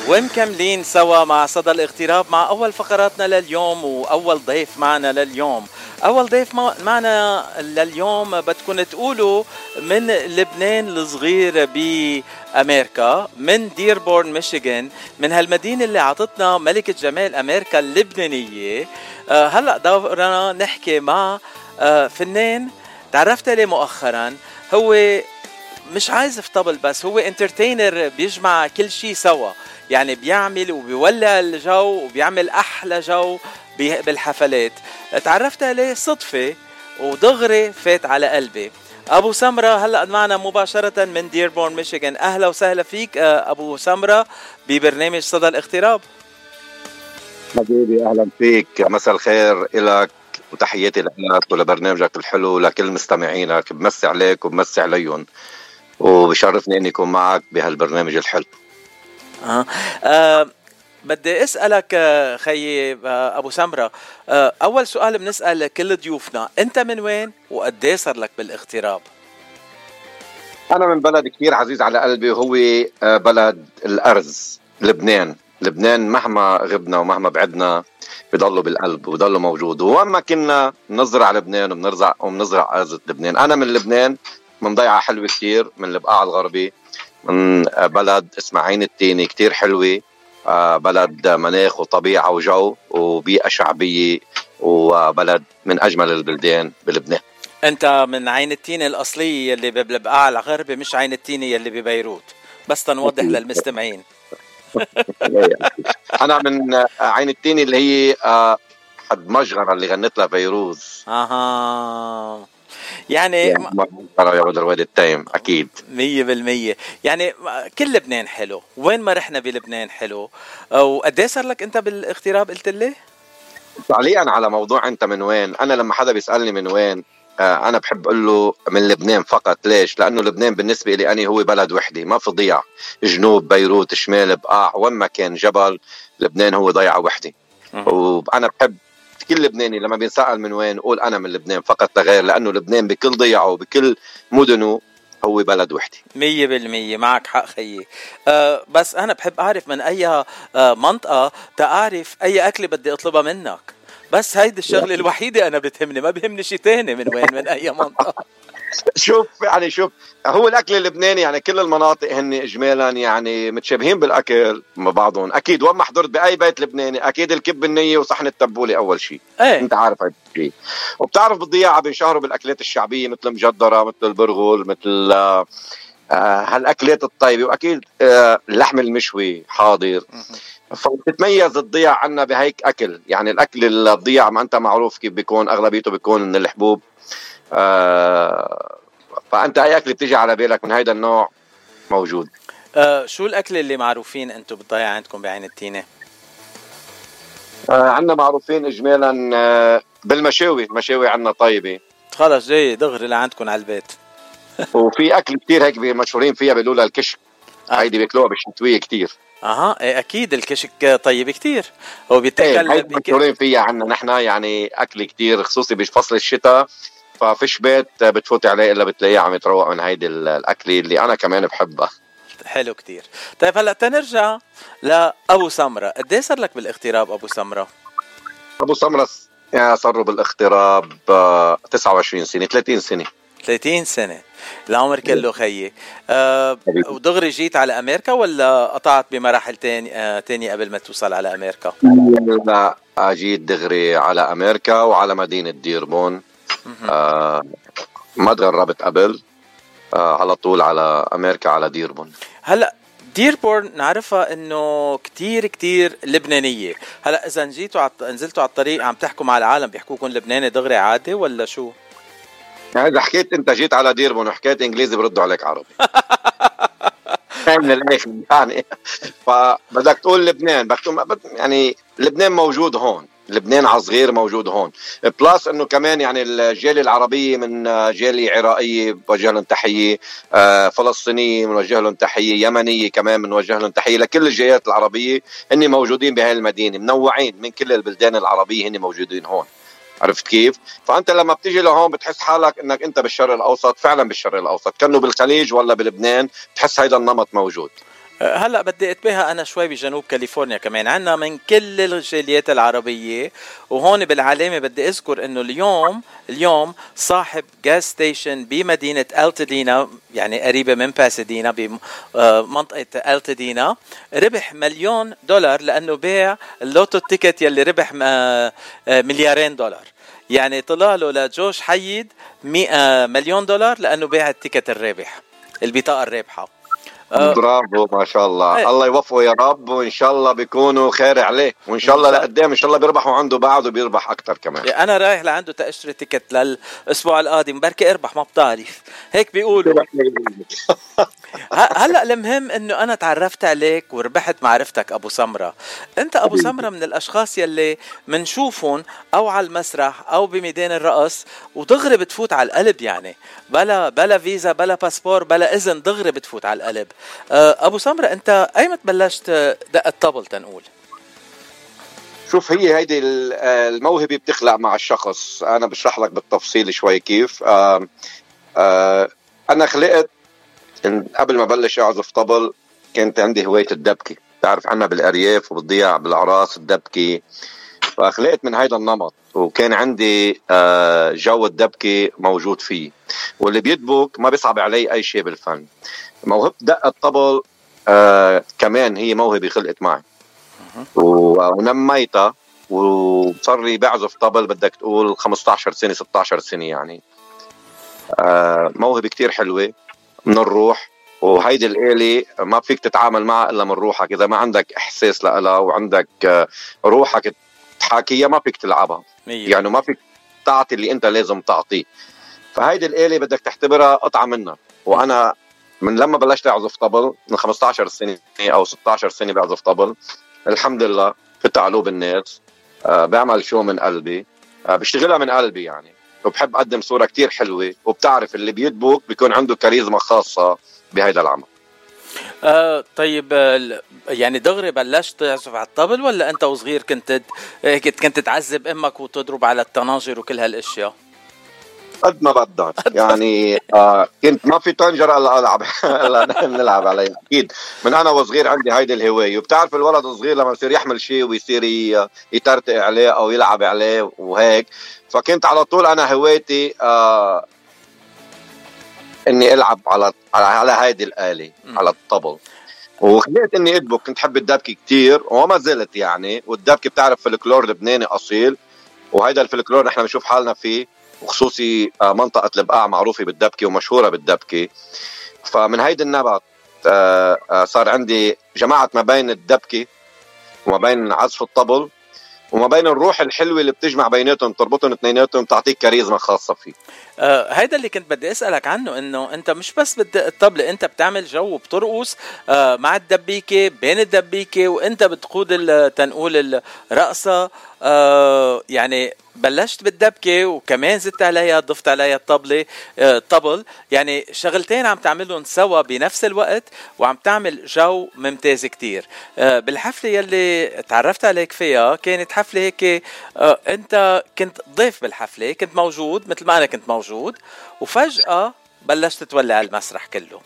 ومكملين سوا مع صدى الاغتراب مع أول فقراتنا لليوم وأول ضيف معنا لليوم. أول ضيف معنا لليوم بدكم تقولوا من لبنان الصغير بأمريكا، من ديربورن ميشيغان، من هالمدينة اللي عطتنا ملكة جمال أمريكا اللبنانية. هلأ دورنا نحكي مع فنان تعرفت عليه مؤخرا. هو مش عازف طبل بس، هو انترتينر، بيجمع كل شيء سوا، يعني بيعمل وبيولع الجو وبيعمل أحلى جو بالحفلات. تعرفت عليه صدفة ودغري فات على قلبي. أبو سمرة هلأ معنا مباشرة من ديربورن ميشيغان. أهلا وسهلا فيك أبو سمرة ببرنامج صدى الاغتراب. حبيبي أهلا فيك، مساء الخير إلك وتحياتي لك ولبرنامجك الحلو لكل مستمعينك. بمسي عليك وبمسي عليهم، وبشرفني اني اكون معك بهالبرنامج الحلو. بدي اسالك خيي ابو سمرة، اول سؤال بنسال كل ضيوفنا، انت من وين وقديه صار لك بالاغتراب؟ انا من بلد كثير عزيز على قلبي، وهو بلد الارز، لبنان. لبنان مهما غبنا ومهما بعدنا بيضلوا بالقلب وبيضلوا موجود، وأما كنا نزرع لبنان وبنزرع أرز لبنان. أنا من لبنان، من ضيعة حلوة كتير، من البقاع الغربي، من بلد اسمها عين التيني، كتير حلوة، بلد مناخ وطبيعة وجو وبيئة شعبية، وبلد من أجمل البلدان بلبنان. أنت من عين التيني الأصلية اللي بالبقاع الغربي، مش عين التيني اللي ببيروت، بس تنوضح للمستمعين. أنا من عين التيني اللي هي حد مجغرة اللي غنت لها فيروز. يعني يا بدر وادي التايم أكيد 100%. يعني كل لبنان حلو، وين ما رحنا بلبنان حلو. وقديه صار لك أنت بالاغتراب قلت لي؟ تعليقا على موضوع أنت من وين، أنا لما حدا بيسألني من وين أنا بحب أقول له من لبنان فقط. ليش؟ لأنه لبنان بالنسبة لي أنا هو بلد وحدي، ما في ضياع، جنوب بيروت، شمال بقاع، وما كان جبل، لبنان هو ضيعة وحدي. وأنا بحب كل لبناني لما بينسأل من وين قول أنا من لبنان فقط لا غير، لأنه لبنان بكل ضيعه وبكل مدنه هو بلد وحدي. 100% معك حق خيي. بس أنا بحب أعرف من أي منطقة، تعرف أي أكل بدي أطلبها منك. بس هيدي الشغلة الوحيدة أنا بتهمني، ما بهمني شيء تاني من وين، من أي منطقة. شوف هو الأكل اللبناني، يعني كل المناطق هن إجمالا يعني متشابهين بالأكل مع بعضهم أكيد. وما حضرت بأي بيت لبناني أكيد الكب النية وصحن التبولة أول شيء. أنت عارف هذا الشيء. وبتعرف بالضياعة بينشهروا بالأكلات الشعبية مثل مجدرة، مثل البرغل، مثل هالأكلات الطيبة، وأكيد اللحم المشوي حاضر. فتتميز الضياع عنا بهيك أكل. يعني الأكل الضياع ما أنت معروف كيف بيكون، أغلبيته بيكون من الحبوب. فأنت أي أكل بتيجي على بالك من هيدا النوع موجود. شو الأكل اللي معروفين أنتم بالضياع عندكم بعين التينة؟ عنا معروفين إجمالا بالمشاوي. المشاوي عنا طيبة. خلص جاي دغري لعندكم على البيت. وفي أكل كتير هيك مشهورين فيها بيقولوا الكشك. هيدي بياكلوها بالشتوية كتير. اكيد الكشك طيب كتير، هو بيتاكل مشهورين فيها عنا نحن، يعني اكل كتير خصوصي بفصل الشتاء. ففيش بيت بتفوت عليه الا بتلاقيه عم يتروق من هيدي الاكله اللي انا كمان بحبها. حلو كتير. طيب هلا تنرجع لابو سمرة. قديه صار لك بالاغتراب ابو سمرة؟ ابو سمرة صار بالاغتراب 29 سنه، 30 سنه. 30 سنة العمر كله خيي. ودغري جيت على أمريكا ولا قطعت بمراحل تانية قبل ما توصل على أمريكا؟ لا، جيت دغري على أمريكا وعلى مدينة ديربون. ما تغربت قبل، على طول على أمريكا على ديربون. هلأ ديربورن نعرفها انه كتير لبنانية. هلأ إذا نزلتوا على الطريق عم تحكوا مع العالم بيحكوكم لبناني دغري عادي ولا شو؟ يعني إذا حكيت أنت جيت على ديربون وحكيت إنجليزي بردوا عليك عربي. من الآخر يعني. فبدك تقول لبنان، يعني لبنان موجود هون، لبنان عصغير موجود هون. بلاس إنه كمان يعني الجالية العربية من جالية عراقية بوجه لهم تحية، فلسطينية بنوجه لهم تحية، يمنية كمان بنوجه لهم تحية. لكل الجاليات العربية هن موجودين بهاي المدينة، منوعين من كل البلدان العربية هن موجودين هون. عرفت كيف؟ فأنت لما بتيجي لهون بتحس حالك إنك أنت بالشرق الأوسط، فعلا بالشرق الأوسط، كأنه بالخليج ولا بلبنان، بتحس هيدا النمط موجود. هلا بدي اتباهى انا شوي بجنوب كاليفورنيا، كمان عنا من كل الجاليات العربيه، وهون بالعلامه بدي اذكر انه اليوم صاحب جاز ستيشن بمدينه التادينا، يعني قريبه من باسادينا بمنطقه التادينا، ربح $1,000,000 لانه باع اللوتو التيكت يلي ربح $2,000,000. يعني طلع له لجوش حيد $1,000,000 لانه باع التيكت الرابح، البطاقه الرابحه. برافو ما شاء الله. الله يوفقه يا رب، وان شاء الله بيكونوا خير عليه، وان شاء الله لقدام ان شاء الله بيربحوا عنده بعد وبيربح اكثر كمان. انا رايح لعنده تاشتري تيكت للاسبوع القادم، بركي اربح ما بتعرف، هيك بيقولوا. هلا المهم انه انا تعرفت عليك وربحت معرفتك ابو سمرة. انت ابو سمرة من الاشخاص يلي منشوفهم او على المسرح او بميدان الرقص ودغري بتفوت على القلب، يعني بلا فيزا بلا باسبور بلا اذن، دغري بتفوت على القلب. ابو سمرة، انت ايمت بلشت دق الطبل تنقول؟ شوف، هيدي الموهبة بتخلق مع الشخص. انا بشرح لك بالتفصيل شوي كيف. انا خلقت قبل ما بلش اعزف طبل كانت عندي هواية الدبكة. تعرف عنا بالارياف وبالضياع بالاعراس الدبكة، فخلقت من هيدا النمط، وكان عندي جو الدبكة موجود فيه. واللي بيدبك ما بيصعب علي اي شيء بالفن. موهبة دق الطبل كمان هي موهبة خلقت معي ونميتها، وصار لي بعزف طبل بدك تقول 15 سنة 16 سنة يعني. موهبة كتير حلوة من الروح، وهيدي الآلة ما فيك تتعامل معها إلا من روحك. إذا ما عندك إحساس لها وعندك روحك تحاكيها ما فيك تلعبها، يعني ما فيك تعطي اللي أنت لازم تعطيه. فهيدي الآلة بدك تعتبرها قطعة منك. وأنا من لما بلشت أعزف طبل من 15 سنة أو 16 سنة بعزف طبل، الحمد لله فتح قلوب الناس. بعمل شو من قلبي، بشتغلها من قلبي يعني، وبحب أقدم صورة كتير حلوة. وبتعرف اللي بيدبك بيكون عنده كاريزما خاصة بهيدا العمل. طيب، يعني دغري بلشت تعزف على الطبل ولا أنت وصغير كنت تعذب أمك وتضرب على الطناجر وكل هالأشياء؟ قد ما بدك يعني. كنت ما في طنجرة الا العب نلعب عليها. اكيد من انا وصغير عندي هيدي الهوايه. وبتعرف الولد الصغير لما يصير يحمل شيء ويصير يترتق عليه او يلعب عليه وهيك، فكنت على طول انا هوايتي اني العب على هيدي الآلة، على الطبل. وخليت اني ادبك. كنت حب الدبكة كتير وما زلت يعني. والدبكة بتعرف فلكلور لبناني اصيل، وهيدا الفلكلور نحن بنشوف حالنا فيه، وخصوصي منطقة البقاع معروفة بالدبكة ومشهورة بالدبكة. فمن هيدا النبات صار عندي جماعة ما بين الدبكة وما بين عزف الطبل وما بين الروح الحلوة اللي بتجمع بيناتهم، تربطهم اثنيناتهم، تعطيك كاريزما خاصة فيه. هيدا اللي كنت بدي أسألك عنه، إنه أنت مش بس الطبلة، أنت بتعمل جو بترقص مع الدبيكة، بين الدبيكة، وأنت بتقود تنقول الرقصة. يعني بلشت بالدبكة وكمان زدت عليها، ضفت عليها الطبل، يعني شغلتين عم تعملهم سوا بنفس الوقت، وعم تعمل جو ممتاز كتير. بالحفلة يلي تعرفت عليك فيها كانت حفلة هيك، أنت كنت ضيف بالحفلة، كنت موجود مثل ما أنا كنت موجود، وفجأة بلشت تولع المسرح كله.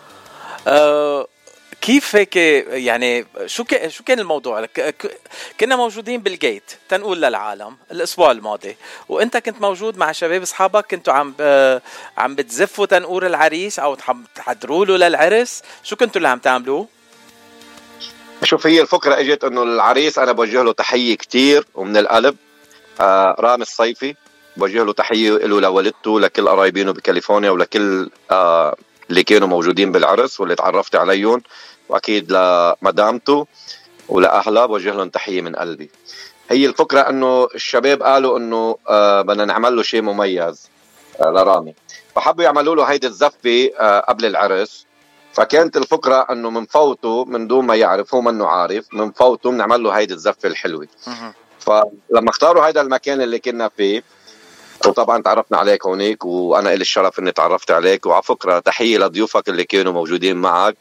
كيف هيك يعني؟ شو كان الموضوع؟ كنا موجودين بالجيت تنقول للعالم الاسبوع الماضي، وانت كنت موجود مع شباب اصحابك، كنتوا عم بتزفوا تنقور العريس او تحضروا له للعرس. شو كنتوا اللي عم تعملوا؟ شوف، هي الفكرة اجت انه العريس انا بوجه له تحية كتير ومن القلب. رامي الصيفي بوجه له تحية له، لوالدته، لكل قرايبينه بكاليفورنيا، ولكل اللي كانوا موجودين بالعرس واللي تعرفت عليهم، واكيد لمدامته ولاهلها بوجه لهم تحيه من قلبي. هي الفكره انه الشباب قالوا انه بدنا نعمل له شيء مميز لرامي، فحبوا يعملوا له هيدي الزفه قبل العرس. فكانت الفكره انه منفوته من دون ما يعرف، هو منه عارف، منفوته بنعمل له هيدي الزفه الحلوه. فلما اختاروا هيدا المكان اللي كنا فيه، وطبعا تعرفنا عليك هونيك، وانا إلي الشرف اني تعرفت عليك. وعلى فكره تحيه لضيوفك اللي كانوا موجودين معك،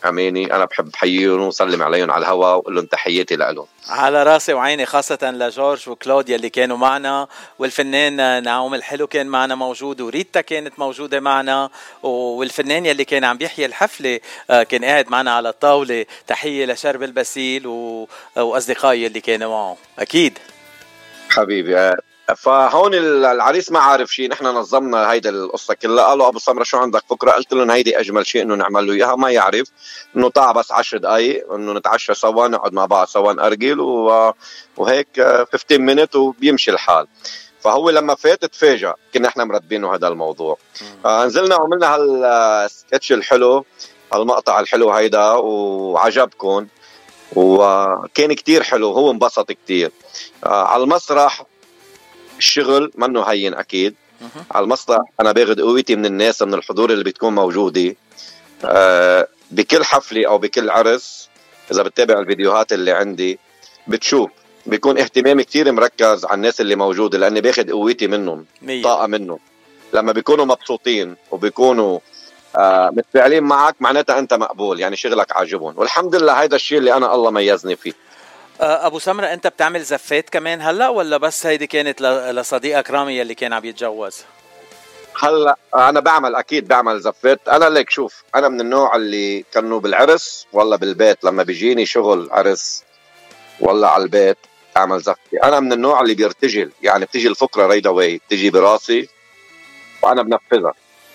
اماني انا بحب حييهم وسلم عليهم على الهواء واقول لهم تحياتي لهم. على راسي وعيني، خاصة لجورج وكلوديا اللي كانوا معنا، والفنان نعوم الحلو كان معنا موجود، وريتا كانت موجودة معنا، والفنان يلي كان عم بيحيي الحفلة كان قاعد معنا على الطاولة. تحية لشرب البسيل وأصدقائي اللي كانوا معه. أكيد حبيبي. فهون العريس ما عارف شيء، نحن نظمنا هيدا القصة كلها. قالوا أبو سمرة شو عندك فكرة؟ قلت لهم هيدي أجمل شيء إنه نعمل له إياها. ما يعرف إنه طاع بس 10 دقايق إنه نتعشى سوا، نقعد مع بعض سوا، نأرجل وهيك 15 مينت وبيمشي الحال. فهو لما فات تفاجأ، كنا احنا مرتبينه هذا الموضوع. نزلنا وعملنا هالسكتش الحلو، هالمقطع الحلو هيدا، وعجبكم وكان كتير حلو. هو انبسط كتير. على المسرح الشغل منه هين أكيد. على المسرح أنا باخد قوتي من الناس، من الحضور اللي بتكون موجودة بكل حفلة أو بكل عرس. إذا بتتابع الفيديوهات اللي عندي بتشوف بيكون اهتمامي كتير مركز على الناس اللي موجودة، لأني باخد قوتي منهم، طاقة منهم. لما بيكونوا مبسوطين وبيكونوا متفاعلين معك، معناتها أنت مقبول، يعني شغلك عاجبهم. والحمد لله هيدا الشيء اللي أنا الله ميزني فيه. أبو سمرة، أنت بتعمل زفات كمان هلأ ولا بس هيدي كانت لصديقك رامي اللي كان عم يتجوز؟ هلا أنا بعمل، أكيد بعمل زفات. أنا ليك شوف، أنا من النوع اللي كانوا بالعرس ولا بالبيت، لما بيجيني شغل عرس ولا على البيت أعمل زفتي. أنا من النوع اللي بيرتجل، يعني بتيجي الفكرة ريدا واي، بتيجي براسي وأنا بنفذها.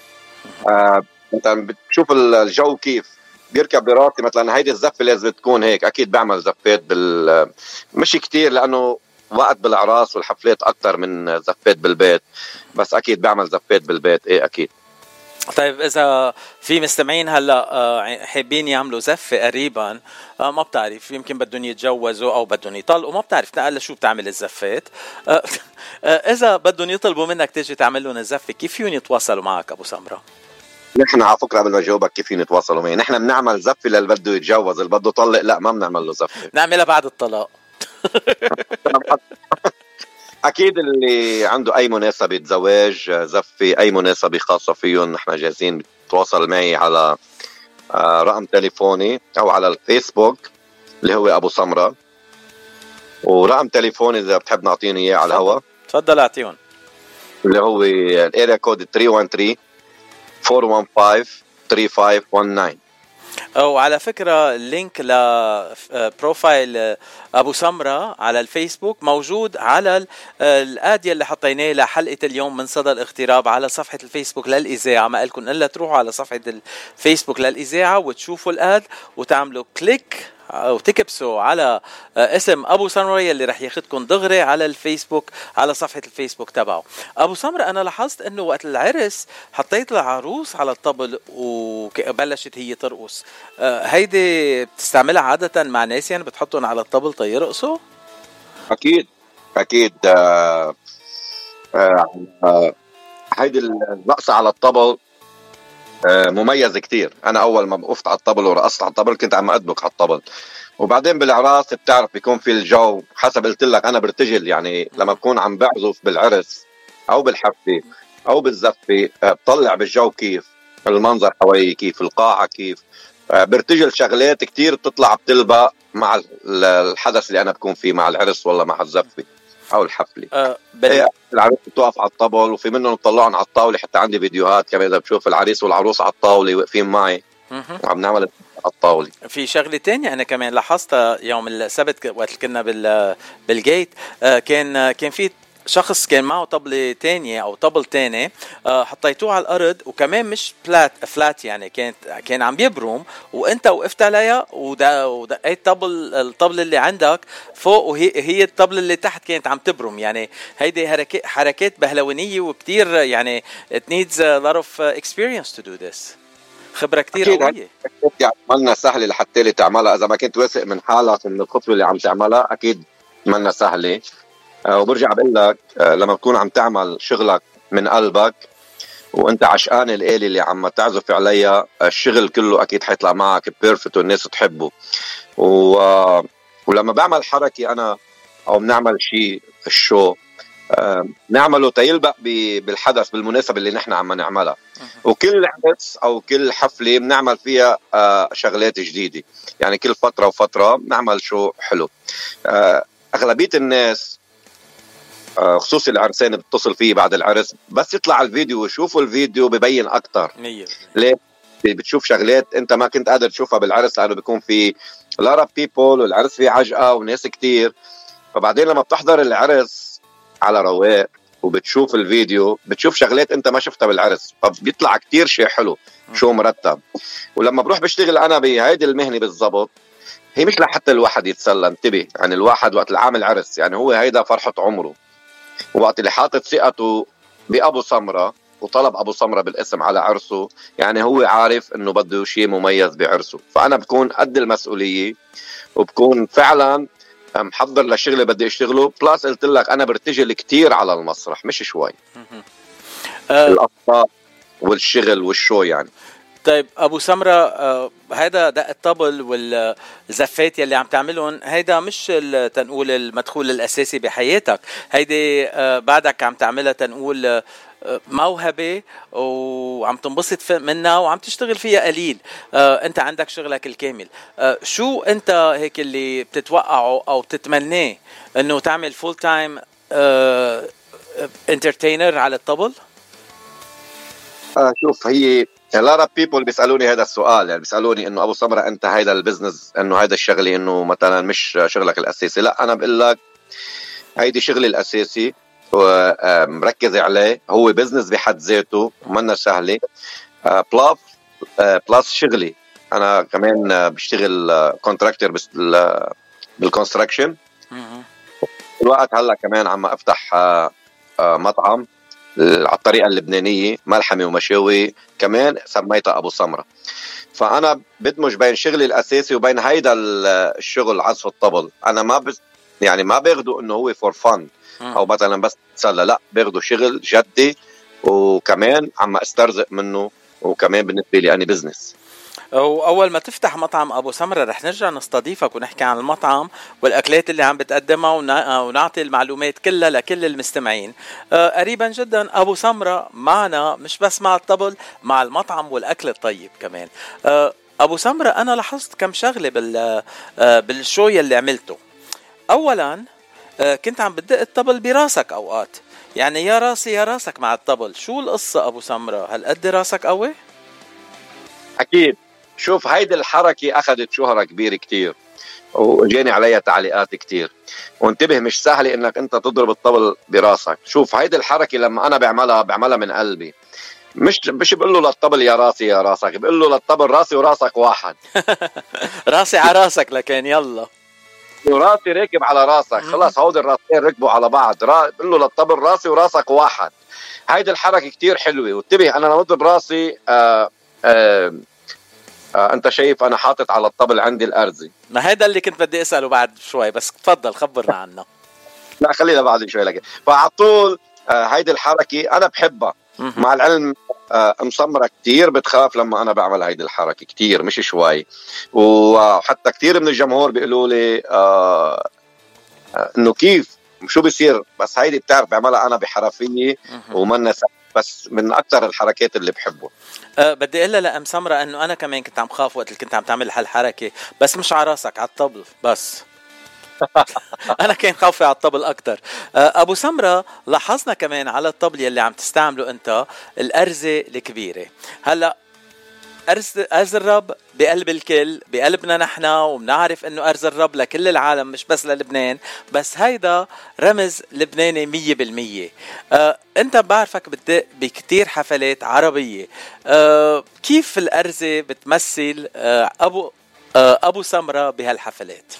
مثلا بتشوف الجو كيف بيركب براسي، مثلا هيدي الزفة لازم تكون هيك. أكيد بعمل زفات مش كتير لأنه وقت بالأعراس والحفلات أكتر من زفات بالبيت، بس أكيد بعمل زفات بالبيت. إيه أكيد. طيب إذا في مستمعين هلا حابين يعملوا زفة قريبا، ما بتعرف يمكن بدهم يتجوزوا أو بدهم يطلقوا، ما بتعرف تقال شو بتعمل الزفات. إذا بدهم يطلبوا منك تيجي تعمل لهم الزفة، كيف فيهم يتواصلوا معك أبو سمرة؟ نحن على فكرة قبل ما جاوبك كيف يتواصلوا معي، نحن بنعمل زفة للي بده يتجوز. اللي بده يطلق لا، ما بنعمل له زفة، نعملها بعد الطلاق. أكيد اللي عنده أي مناسبة زواج، زفة، أي مناسبة خاصة فيهم، نحن جاهزين. بتواصل معي على رقم تليفوني أو على الفيسبوك اللي هو أبو سمرة، ورقم تليفوني إذا بتحب نعطيني إياه على الهواء. تفضل أعطيهم. اللي هو الاريا كود 313 415 3519. وعلى فكرة اللينك لبروفايل أبو سمرة على الفيسبوك موجود على الآد اللي حطيناه لحلقة اليوم من صدى الاغتراب على صفحة الفيسبوك للإذاعة. ما قالكم إلا تروحوا على صفحة الفيسبوك للإذاعة وتشوفوا الآد وتعملوا كليك وتكبسوا على اسم أبو سمرة اللي رح ياخدكم دغري على الفيسبوك، على صفحة الفيسبوك تبعه. أبو سمرة، أنا لاحظت أنه وقت العرس حطيت العروس على الطبل وبلشت هي ترقص. هيدي بتستعملها عادة مع ناس، يعني بتحطهم على الطبل يرقصوا؟ أكيد أكيد. هيدي الرقصة على الطبل مميز كتير. أنا أول ما وقفت على الطبل ورقصت على الطبل كنت عم أدبك على الطبل. وبعدين بالعراس بتعرف بيكون في الجو حسب. قلت لك أنا برتجل، يعني لما بكون عم بعزف بالعرس أو بالحفلة أو بالزفة بطلع بالجو كيف المنظر حوالي، كيف القاعة، كيف برتجل شغلات كتير بتطلع بتلبق مع الحدث اللي أنا بكون فيه، مع العرس ولا مع الزفة أو الحفلة. العريس بتوقف على الطبل، وفي منهم طلعهم على الطاولة. حتى عندي فيديوهات كمان إذا بشوف العريس والعروس على الطاولة واقفين معي وعم نعمل على الطاولة. في شغلة تانية أنا كمان لاحظتها يوم السبت وقت كنا بالجيت. كان في شخص كان معه طبلة تانية أو طبل تاني، حطيتوه على الأرض وكمان مش فلات، يعني كان عم يبرم وأنت وقفت عليها ودقيت الطبل اللي عندك فوق، وهي الطبل اللي تحت كانت عم تبرم. يعني هيدي حركات بهلوانية وكتير، يعني it needs a lot of experience to do this. خبرة كتير قوية. يعني عملنا سهلة لحتى اللي تعملها. إذا ما كنت واثق من حالك من الخطوة اللي عم تعملها أكيد عملنا سهلة. وبرجع بقول لك لما تكون عم تعمل شغلك من قلبك وانت عشقان الآلة اللي عم تعزف عليها، الشغل كله اكيد حيطلع معك بيرفكت والناس تحبه. ولما بعمل حركة انا او بنعمل شيء في الشو، نعمله تيلبق بالحدث بالمناسبة اللي نحن عم نعملها. وكل عرس أو كل حفلة بنعمل فيها شغلات جديدة، يعني كل فترة وفترة بنعمل شو حلو. أغلبية الناس خصوصي العرسان بتصل فيه بعد العرس، بس يطلع الفيديو ويشوفوا الفيديو ببين أكتر. ليه؟ بتشوف شغلات انت ما كنت قادر تشوفها بالعرس، لانه بيكون في لارا بيبول والعرس فيه عجقه وناس كتير. فبعدين لما بتحضر العرس على رواق وبتشوف الفيديو بتشوف شغلات انت ما شفتها بالعرس، فبيطلع كتير شيء حلو، شو مرتب. ولما بروح بشتغل انا بهيدي المهنه بالضبط، هي مش لحتى الواحد يتسلى، انتبه، يعني الواحد وقت العامل عرس يعني هو هيدا فرحة عمره. وقت اللي حاطط ثقته بأبو سمرة وطلب أبو سمرة بالاسم على عرسه، يعني هو عارف إنه بده شيء مميز بعرسه. فأنا بكون قد المسؤولية وبكون فعلا محضر للشغل اللي بدي اشتغله. بلاس قلت لك أنا برتجل كتير على المسرح، مش شوي. الأصوات والشغل والشو يعني. طيب ابو سمرة، هيدا دق الطبل والزفات يلي عم تعملهم، هيدا مش تنقول المدخول الاساسي بحياتك، هيدي بعدك عم تعملها تنقول موهبة وعم تنبسط منها وعم تشتغل فيها قليل. انت عندك شغلك الكامل. شو انت هيك اللي بتتوقعه او تتمناه انه تعمل فول تايم انترتينر على الطبل؟ شوف، هي لارا بيبول بيسألوني هذا السؤال، يعني بيسألوني انه ابو سمرة انت هيدا البزنس، انه هيدا الشغلي انه مثلا مش شغلك الاساسي. لا، انا بقول لك هيدي شغلي الاساسي ومركز عليه، هو بزنس بحد ذاته ومنا سهله. بلاس شغلي انا كمان بشتغل كونتراكتور بالكونستراكشن. الوقت هلا كمان عم افتح مطعم على الطريقة اللبنانية، ملحمة ومشاوي، كمان سميتها أبو سمرة. فأنا بدمج بين شغلي الأساسي وبين هيدا الشغل عزف الطبل. أنا يعني ما باخده إنه هو فور فن أو مثلا بس تسلى، لا، باخده شغل جدي وكمان عم استرزق منه، وكمان بالنسبة لي أنا بزنس. وأول ما تفتح مطعم أبو سمرة رح نرجع نستضيفك ونحكي عن المطعم والأكلات اللي عم بتقدمها ونعطي المعلومات كلها لكل المستمعين. قريبا جدا أبو سمرة معنا، مش بس مع الطبل، مع المطعم والأكل الطيب كمان. أبو سمرة، أنا لاحظت كم شغلة بالشو اللي عملته. أولا كنت عم بدق الطبل براسك أوقات، يعني يا راسي يا راسك مع الطبل. شو القصة أبو سمرة؟ هل قد راسك قوي؟ أكيد. شوف، هيدي الحركة أخذت شهرة كبيرة كتير وجاني عليها تعليقات كتير. وانتبه، مش سهل انك انت تضرب الطبل براسك. شوف، هيدي الحركة لما انا بعملها من قلبي، مش بقول له للطبل يا راسي يا راسك، بقول له للطبل راسي وراسك واحد. راسي على راسك، لكن يلا وراسي راكب على راسك، خلاص هودي الراسين ركبوا على بعض. بقول له للطبل راسي وراسك واحد. هيدي الحركة كتير حلوة. وانتبه، انا لما اضرب راسي انت شايف انا حاطط على الطبل عندي الارزي. ما هذا اللي كنت بدي اساله بعد شوي، بس تفضل خبرنا عنه. لا، خلينا بعد شوي لك. فعطول هيدي الحركه انا بحبها. مع العلم مسمرة كتير بتخاف لما انا بعمل هيدي الحركه كتير، مش شوي. وحتى كتير من الجمهور بيقولوا لي انه كيف شو بيصير، بس هيدي بتعرف بعملها انا بحرفيه ومنا، بس من اكثر الحركات اللي بحبه. بدي اقول لأم سمرة انه انا كمان كنت عم خاف وقت اللي كنت عم تعمل هالحركه، بس مش على راسك، على الطبل بس. انا كان خوفي على الطبل اكتر. ابو سمرة، لاحظنا كمان على الطبل يلي عم تستعمله انت الارزه الكبيره. هلا أرز الرب بقلب الكل، بقلبنا نحن، وبنعرف انه أرز الرب لكل العالم مش بس للبنان، بس هيدا رمز لبناني 100%. انت بعرفك بتدق بكتير حفلات عربية. كيف الأرزة بتمثل أبو سمرة بهالحفلات؟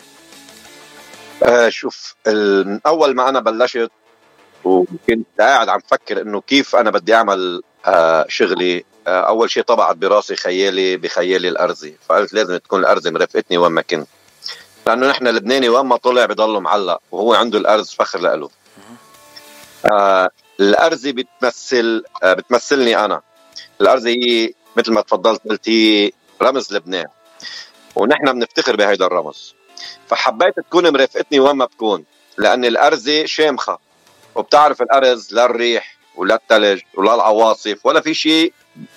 شوف، أول ما أنا بلشت وكنت قاعد عم فكر انه كيف انا بدي اعمل شغلي، اول شيء طبعت براسي بخيالي الارزي. فقلت لازم تكون الارزي مرافقتني وين ما كنت، لانه نحن اللبناني وين ما طلع بضله معلق، وهو عنده الارز فخر له. الارزي بتمثلني انا. الارزي هي مثل ما تفضلت قلت هي رمز لبنان، ونحن بنفتخر بهيدا الرمز. فحبيت تكون مرافقتني وين ما بكون، لان الارزي شامخه وبتعرف الأرز لا الريح ولا الثلج ولا العواصف ولا في شيء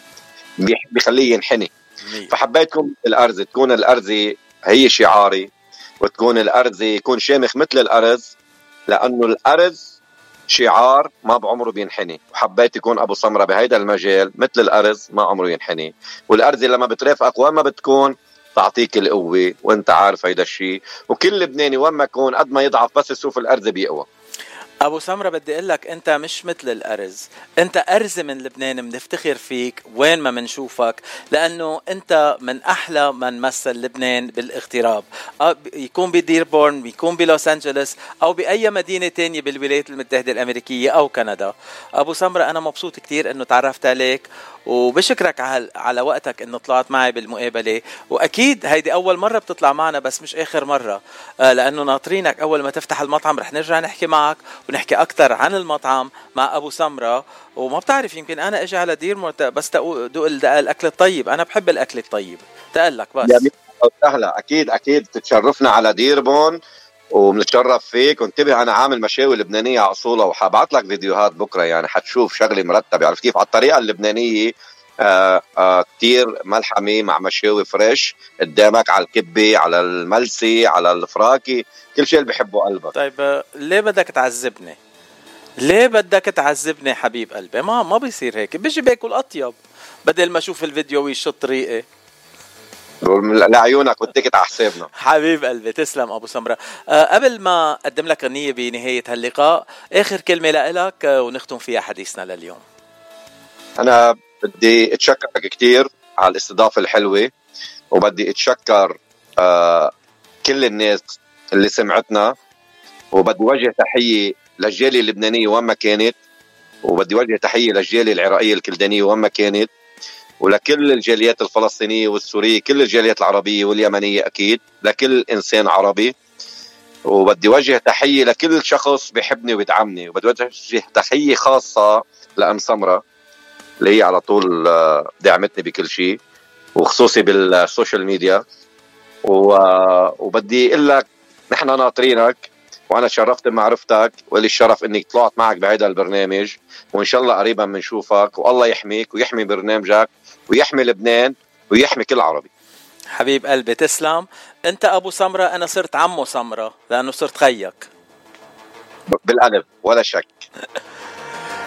بيخليه ينحني. فحبيتكم الأرز تكون الأرزة هي شعاري، وتكون الأرزة يكون شامخ مثل الأرز، لأنه الأرز شعار ما بعمره بينحني. وحبيت يكون أبو سمرة بهيدا المجال مثل الأرز ما عمره ينحني. والأرزة لما بترافقك وين ما بتكون تعطيك القوة، وانت عارف هيدا الشيء. وكل لبناني وين ما يكون قد ما يضعف بس يشوف الأرزة بيقوى. أبو سمرة بدي أقول لك أنت مش مثل الأرز، أنت أرز من لبنان، بنفتخر فيك وين ما منشوفك، لأنه أنت من أحلى من مثل لبنان بالاغتراب، يكون بديربورن، يكون بلوس أنجلوس، أو بأي مدينة تانية بالولايات المتحدة الأمريكية أو كندا. أبو سمرة أنا مبسوط كتير أنه تعرفت عليك، وبشكرك على وقتك انه طلعت معي بالمقابلة. واكيد هيدي اول مرة بتطلع معنا بس مش اخر مرة، لانه ناطرينك اول ما تفتح المطعم رح نرجع نحكي معك ونحكي اكتر عن المطعم مع ابو سمرة. وما بتعرف يمكن انا اجي على ديرمور بس دوق الاكل الطيب، انا بحب الاكل الطيب تقلك بس. يا سهلة، اكيد تتشرفنا على ديربون وبنتشرف فيك. وانتبه انا عامل مشاوي لبنانيه على اصولها، وحبعت لك فيديوهات بكره يعني حتشوف شغله مرتبه. عرفت كيف؟ على الطريقه اللبنانيه كتير ملحمه مع مشاوي فريش قدامك على الكبه، على الملسي، على الفراكي، كل شيء اللي بحبه قلبك. طيب ليه بدك تعذبني؟ ليه بدك تعذبني حبيب قلبي؟ ما بيصير هيك، بيجي باكل اطيب بدل ما اشوف الفيديو ويشط طريقي. لعيونك وديك على حسابنا. حبيب قلبي تسلم ابو سمرة. قبل ما اقدم لك غنية بنهاية هاللقاء، اخر كلمة لك ونختم فيها حديثنا لليوم. انا بدي اتشكرك كتير على الاستضافة الحلوة، وبدي اتشكر كل الناس اللي سمعتنا، وبدي وجه تحية للجالية اللبنانية وين ما كانت، وبدي وجه تحية للجالية العراقية الكلدانية وين ما كانت، ولكل الجاليات الفلسطينية والسورية، كل الجاليات العربية واليمنية أكيد، لكل إنسان عربي. وبدي وجه تحية لكل شخص بيحبني وبيدعمني، وبدي وجه تحية خاصة لأم سمرة اللي هي على طول دعمتني بكل شيء، وخصوصي بالسوشيال ميديا. وبدي اقول لك نحن ناطرينك، وانا تشرفت بمعرفتك، ولي الشرف اني طلعت معك بهذا البرنامج، وان شاء الله قريبا بنشوفك، والله يحميك ويحمي برنامجك ويحمي لبنان ويحمي كل عربي. حبيب قلبي تسلم. انت ابو سمرة، انا صرت عمو سمرة لانه صرت خيك بالقلب ولا شك.